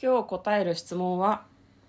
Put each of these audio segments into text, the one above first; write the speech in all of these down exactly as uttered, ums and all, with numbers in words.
今日答える質問は、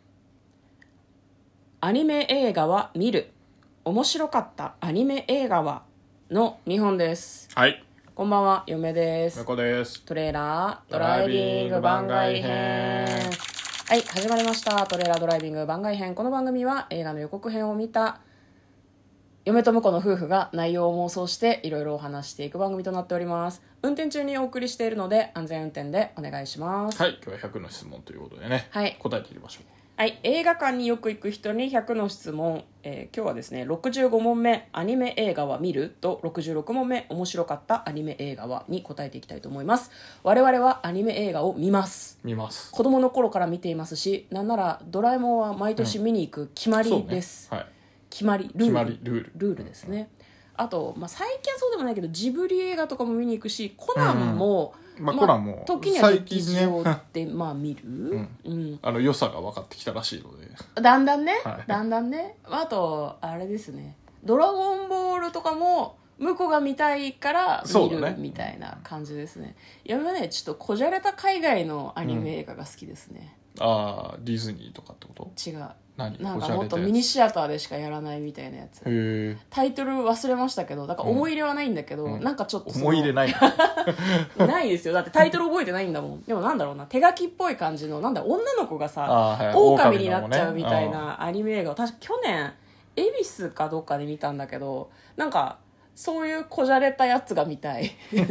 アニメ映画は見る、面白かったアニメ映画はのにほんです。 はい、 こんばんは、嫁です。 猫です。 トレーラードライビング番外編。はい、始まりました。トレーラードライビング番外編。この番組は映画の予告編を見た嫁と婿の夫婦が内容を妄想していろいろお話していく番組となっております。運転中にお送りしているので安全運転でお願いします。 はい、今日はひゃくの質問ということでね、 はい、 答えていきましょう。 はい、映画館によく行く人にひゃくの質問、えー、今日はですねろくじゅうごもんめ、アニメ映画は見るとろくじゅうろくもんめ、面白かったアニメ映画はに答えていきたいと思います。我々はアニメ映画を見ます見ます子供の頃から見ていますし、なんならドラえもんは毎年見に行く決まりです、 うんね、はい、 決まりルール決まりルールルールですね、うん、あと、まあ、最近はそうでもないけどジブリ映画とかも見に行くし、コナンも、 うんまあ、コナンも時には劇場ってまあ見る、うんうん、あの良さが分かってきたらしいので、 だんだんね、 はい、 だんだんね。あとあれですね、ドラゴンボールとかも向こうが見たいから見るみたいな感じですね。いやね、ちょっとこじゃれた海外のアニメ映画が好きですね、 うん、ああディズニーとかってこと？ 違う、 何？ なんかもっとミニシアターでしかやらないみたいなやつ。 へタイトル忘れましたけど、だから思い入れはないんだけど、うん、なんかちょっと思い入れないないですよ。だってタイトル覚えてないんだもん。でもなんだろうな、手書きっぽい感じの、なんだ女の子がさ、 はい、 狼になっちゃうみたいなアニメ映画を確か去年恵比寿かどっかで見たんだけど、なんかそういうこじゃれたやつが見たい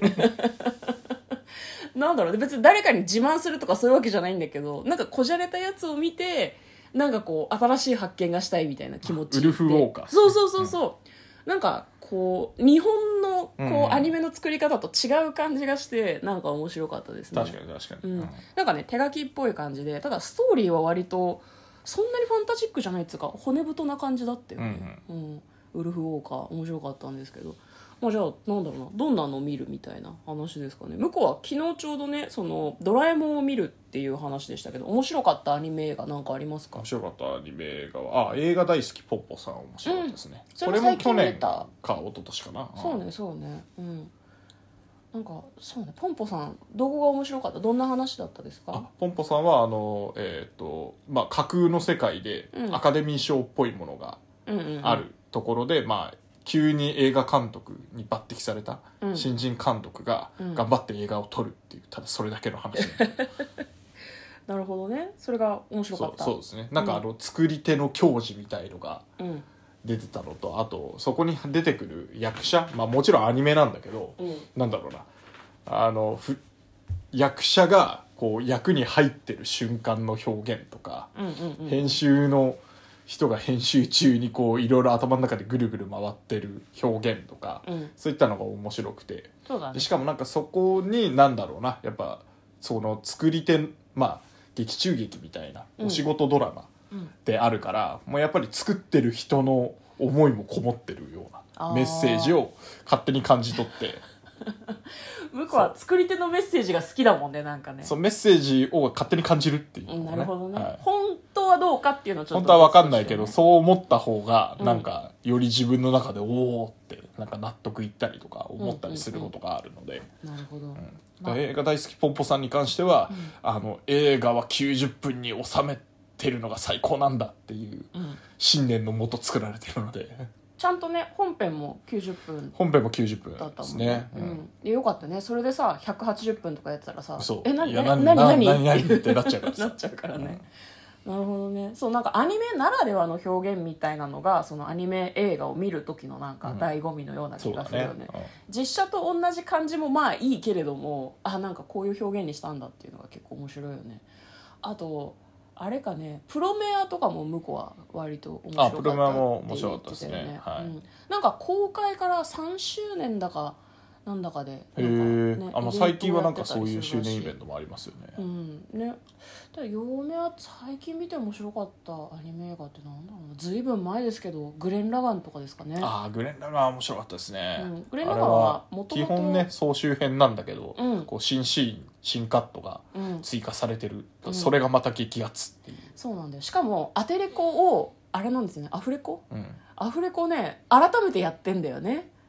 なんだろう、別に誰かに自慢するとかそういうわけじゃないんだけど、なんかこじゃれたやつを見て、なんかこう新しい発見がしたいみたいな気持ちで。 ウルフウォーカー、 そうそうそうそう、うん、なんかこう日本のこう、うん、アニメの作り方と違う感じがして、なんか面白かったですね。 確かに確かに、 うんうん、 なんかね手書きっぽい感じで、ただストーリーは割とそんなにファンタジックじゃないっていうか骨太な感じだったよね、うんうんうん、ウルフウォーカー面白かったんですけど、まあ、じゃあなんだろうな、どんなのを見るみたいな話ですかね。向こうは昨日ちょうどね、そのドラえもんを見るっていう話でしたけど、面白かったアニメ映画なんかありますか？ 面白かったアニメ映画は、あ、映画大好きポッポさん面白かったですね、 うん、それも最近見た。 これも去年か一昨年かな。 そうねそうね、うん、なんかそうね、ポンポさんどこが面白かった？どんな話だったですか？ あ、ポンポさんはあの、えーとまあ、架空の世界でアカデミー賞っぽいものがあるところで、うんうんうん、まあ、急に映画監督に抜擢された新人監督が頑張って映画を撮るっていう、ただそれだけの話なるほどね、それが面白かった。 そう、そうですね、なんかあの、うん、作り手の矜持みたいのが出てたのと、あとそこに出てくる役者、まあ、もちろんアニメなんだけど、うん、なんだろうな、あのふ役者がこう役に入ってる瞬間の表現とか、うんうんうん、編集の人が編集中にこういろいろ頭の中でぐるぐる回ってる表現とか、うん、そういったのが面白くて、 そうだね、 しかもなんかそこになんだろうな、やっぱその作り手、まあ劇中劇みたいなお仕事ドラマであるから、うん、もうやっぱり作ってる人の思いもこもってるようなメッセージを勝手に感じ取って向こうは作り手のメッセージが好きだもんね、なんかね。 そう、メッセージを勝手に感じるっていう、ね、 うん、なるほどね、はい、本当はどうかっていうのはちょっと、 本当は分かんないけど、そう思った方がなんかより自分の中で、うん、おーってなんか納得いったりとか思ったりすることがあるので、 うんうんうん、なるほど、うんまあ、映画大好きポンポさんに関しては、うん、あの映画はきゅうじゅっぷんに収めてるのが最高なんだっていう信念のもと作られてるので、 ちゃんとね本編もきゅうじゅっぷん本編もきゅうじゅっぷんですね、 うんうん、でよかったね。それでさひゃくはちじゅっぷんとかやってたらさ、 そうえ何何何何何何ってなっちゃうからなっちゃうからね、うん、なるほどね。そう、なんかアニメならではの表現みたいなのがそのアニメ映画を見る時のなんか醍醐味のような気がするよね、うんね、実写と同じ感じもまあいいけれども、あ、なんかこういう表現にしたんだっていうのが結構面白いよね。あとあれかね、プロメアとかも向こうは割と面白かったって言ってたよね。 あ、プロメアも面白かったですね、はい、 うん、なんか公開からさんしゅうねんだかなんだかでなんか、 ね、あ、まあ、最近はなんかそういう周年イベントもありますよね。 うんね。だ嫁は最近見て面白かったアニメ映画ってなんだろうな、ずいぶん前ですけどグレン・ラガンとかですかね。 ああ、グレン・ラガンは面白かったですね、うん、 グレン・ラガンはもともと基本ね総集編なんだけど、 うん、 こう新シーン新カットが追加されてる、うん、それがまた激アツっていう、 そうなんだよ。しかもアテレコをあれなんですよね、アフレコ、 うん、 アフレコね改めてやってんだよね。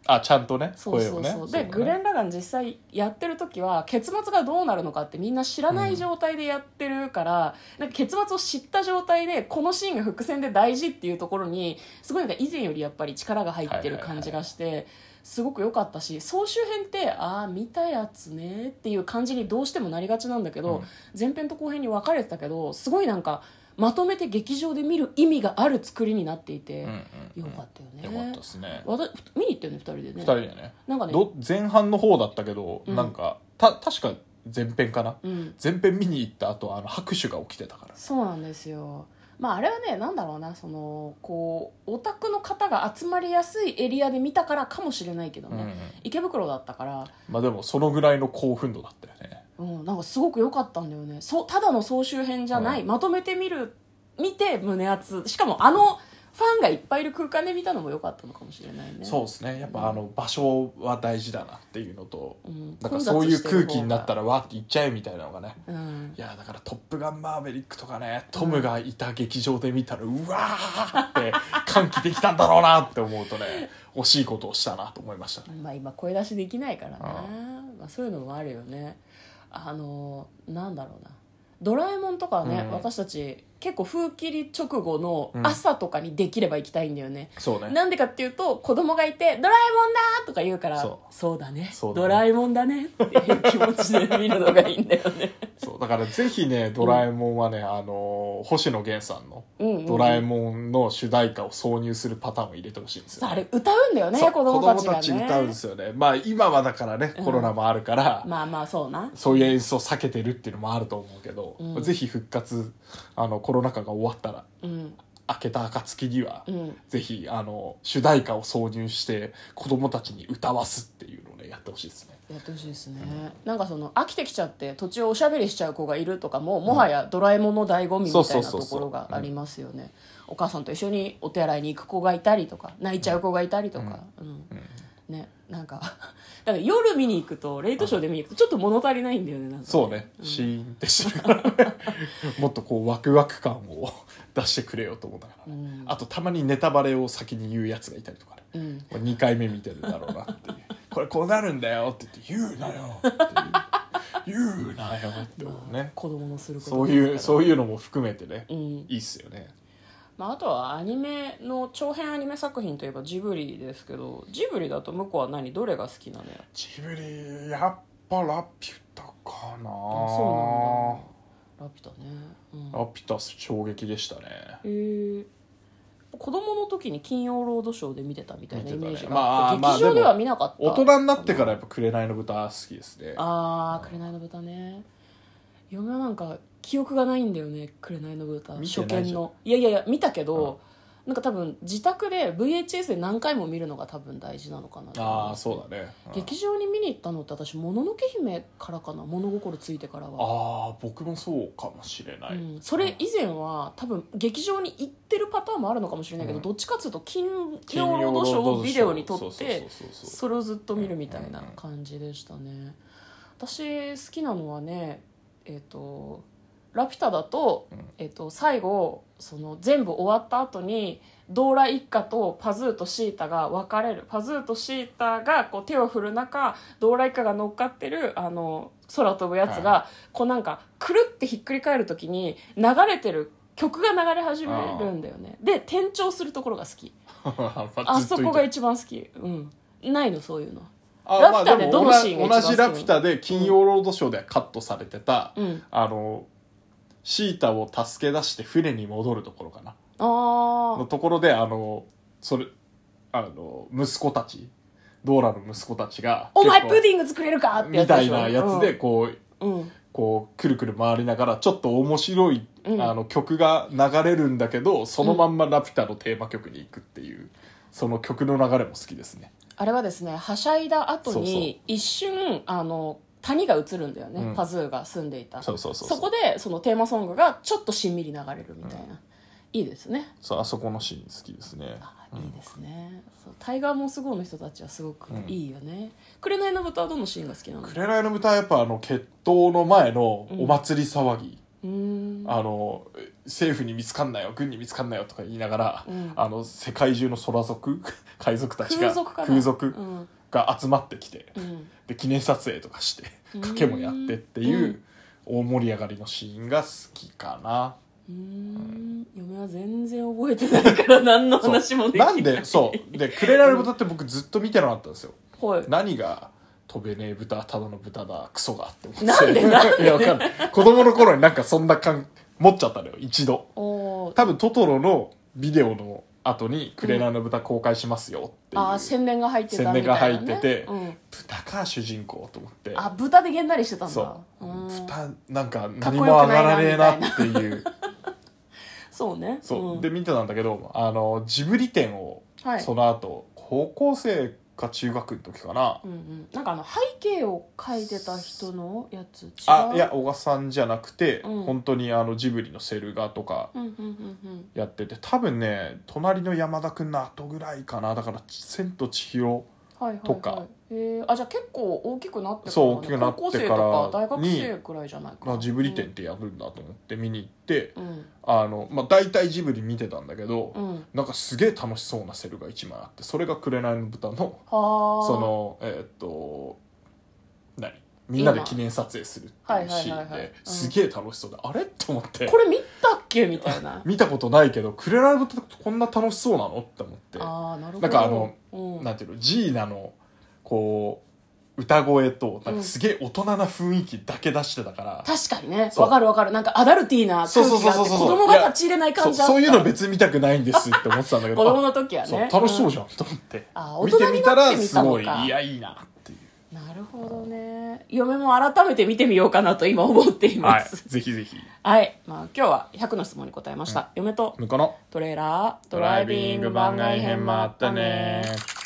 あちゃんとねそうそうそう、 声をね。 で、ね、グレン・ラガン実際やってる時は結末がどうなるのかってみんな知らない状態でやってるから、うん、なんか結末を知った状態でこのシーンが伏線で大事っていうところにすごいなんか以前よりやっぱり力が入ってる感じがして、はいはいはい、すごく良かったし、総集編ってああ見たやつねっていう感じにどうしてもなりがちなんだけど、うん、前編と後編に分かれてたけどすごいなんかまとめて劇場で見る意味がある作りになっていて、うんうんうん、よかったよね。 よかったですね。 見に行ったよねふたりでね。 ふたりでね。 なんかねど前半の方だったけど、うん、なんかた確か前編かな、うん、前編見に行った後あの拍手が起きてたから。 そうなんですよ。まあ、あれはねなんだろうな、そのこうオタクの方が集まりやすいエリアで見たからかもしれないけどね、うんうん、池袋だったから。 まあでもそのぐらいの興奮度だったよね。 うん、なんかすごく良かったんだよね。そただの総集編じゃない、うん、まとめて見る見て胸熱、しかもあのファンがいっぱいいる空間で見たのも良かったのかもしれないね。 そうですね、やっぱあの場所は大事だなっていうのと、うん、なんかそういう空気になったらわーって行っちゃえみたいなのがね、うん、いやだから「トップガンマーヴェリック」とかね、トムがいた劇場で見たらうわーって歓喜できたんだろうなって思うとね惜しいことをしたなと思いましたね。 まあ今声出しできないからな、まあ、そういうのもあるよね。あのなんだろうな、ドラえもんとかはね、うん、私たち結構風切り直後の朝とかにできれば行きたいんだよね、 うん、そうね。 なんでかっていうと子供がいてドラえもんだとか言うから、そう、そうだね、そうだね、ドラえもんだねっていう気持ちで見るのがいいんだよねそうだからぜひねドラえもんはね、うん、あの星野源さんのドラえもんの主題歌を挿入するパターンを入れてほしいんですよ、ね、 あれ歌うんだよね、子供たちがね。 子供たち歌うんですよね。まあ今はだからねコロナもあるから、 うん、まあまあそうな、 そういう演奏避けてるっていうのもあると思うけど、うん、ぜひ復活、あのコロナ禍が終わったら、うん、明けた暁には、うん、ぜひあの主題歌を挿入して子供たちに歌わすっていうのをねやってほしいですね。 やってほしいですね、うん、なんかその飽きてきちゃって途中おしゃべりしちゃう子がいるとかも、もはやドラえもんの醍醐味みたいなところがありますよね。お母さんと一緒にお手洗いに行く子がいたりとか泣いちゃう子がいたりとか、うんうんうん、ね、なんかだから夜見に行くとレイトショーで見に行くとちょっと物足りないんだよね、なんかね。 そうね、うん、シーンってしてるからねもっとこうワクワク感を出してくれよと思ったから、うん、あとたまにネタバレを先に言うやつがいたりとかね、うん、にかいめ見てるんだろうなっていうこれこうなるんだよって言って言うなよっていう言うなよって思うね、まあ、 子供のすることそういうそういうのも含めてね、うん、いいっすよね。 まあ、あとはアニメの長編アニメ作品といえばジブリですけど、ジブリだと向こうは何どれが好きなのよ。 ジブリやっぱラピュタかな。あ、 そうなんだ、ラピュタね、 うん、ラピュタ衝撃でしたね。 へえ。子供の時に金曜ロードショーで見てたみたいなイメージがあって、まあ、劇場では見なかった。 大人になってからやっぱ紅の豚好きですね。 ああ、紅の豚ね。嫁はなんか記憶がないんだよね、紅の豚初見の。いやいやいや見たけど、うん、なんか多分自宅で ブイエイチエス で何回も見るのが多分大事なのかな。 ああそうだね、 うん、劇場に見に行ったのって私もののけ姫からかな、物心ついてからは。 ああ僕もそうかもしれない、 うん、それ以前は多分劇場に行ってるパターンもあるのかもしれないけど、うん、どっちかっていうと金曜ロードショーをビデオに撮ってそれをずっと見るみたいな感じでしたね、うんうんうん、私好きなのはね、えっとラピュタだと、えっと、最後その全部終わった後にドーラ一家とパズーとシータが別れる。パズーとシータがこう手を振る中、ドーラ一家が乗っかってるあの空飛ぶやつが、はい、こうなんかくるってひっくり返る時に流れてる曲が流れ始めるんだよね。で転調するところが好きあそこが一番好き、うん、ないのそういうの。 あラピュタでどのシーンが一番好き？同じラピュタで金曜ロードショーでカットされてた、うん、あのシータを助け出して船に戻るところかなあのところであのそれあの息子たちドーラの息子たちがお前プディング作れるかってやつみたいなやつでこう、うん、こうくるくる回りながらちょっと面白い、うん、あの曲が流れるんだけどそのまんまラピュタのテーマ曲に行くっていう、うん、その曲の流れも好きですね。 あれはですねはしゃいだ後に一瞬あの谷が映るんだよね、うん、パズーが住んでいた。そうそうそうそう。そこでそのテーマソングがちょっとしんみり流れるみたいな、うん、いいですね。 そうあそこのシーン好きですね。 あ、いいですね、うん、そうタイガーモス号の人たちはすごくいいよね、うん、紅の豚はどのシーンが好きなの？ 紅の豚はやっぱあの決闘の前のお祭り騒ぎ、うん、あの政府に見つかんなよ軍に見つかんなよとか言いながら、 うん、 あの世界中の空族海賊たちが空賊かな空賊うんが集まってきて、 うん、 で記念撮影とかして賭けもやってっていう大盛り上がりのシーンが好きかな。 うーん、嫁は全然覚えてないから何の話もできない。 なんでそうでくれられ豚って僕ずっと見てなかったんですよ、 はい、 何が飛べねえ豚ただの豚だクソがって思ってなんでなんでいやわかんない子供の頃になんかそんな感持っちゃったのよ一度。 お多分トトロのビデオの後に「紅の豚公開しますよ」っていう、 ああ宣伝が入ってたみたいな、ね、 宣伝が入ってて、 うん、 豚か主人公と思って、 あ豚でげんなりしてたんだ。 そう、 うん、 豚なんか何も上がらねえなっていうそうねそう、 うん、 で見てたんだけどあのジブリ展を、はい、その後高校生か中学の時かな、 うんうん、なんかあの背景を描いてた人のやつ違う。 あいや小賀さんじゃなくて、 うん、本当にあのジブリのセル画とかやってて、多分ね隣の山田君の後ぐらいかな、だから「千と千尋」とか、はいはいはい、 えー、あじゃあ結構大きくなってから、ね、 そう大きくなってからに高校生とか大学生くらいじゃないかな、 ジブリ展ってやるんだと思って見に行って、 うん、 あのまあ、大体ジブリ見てたんだけど、 うん、 なんかすげえ楽しそうなセルがいちまいあって、それが「紅の豚」のそのえー、っと何みんなで記念撮影するっていうシーンですげえ楽しそうで、あれと思って、 これ見たっけみたいな見たことないけど「紅の豚」ってこんな楽しそうなのって思って、 あなるほど、 なんかあの、 うん、 なんていうのジーナのこう歌声となんかすげえ大人な雰囲気だけ出してたから、うん、確かにねわかるわかる、なんかアダルティーな空気があって子供が立ち入れない感じだった。 そういうの別に見たくないんですって思ってたんだけど子供の時はね楽しそうじゃん、うん、と思ってあ見てみたらすごいいやいいなっていう。 なるほどね、嫁も改めて見てみようかなと今思っています、 はい、ぜひぜひ。 はい、まあ、今日はひゃくの質問に答えました、うん、嫁と向こうのトレーラードドライビング番外編もあったね。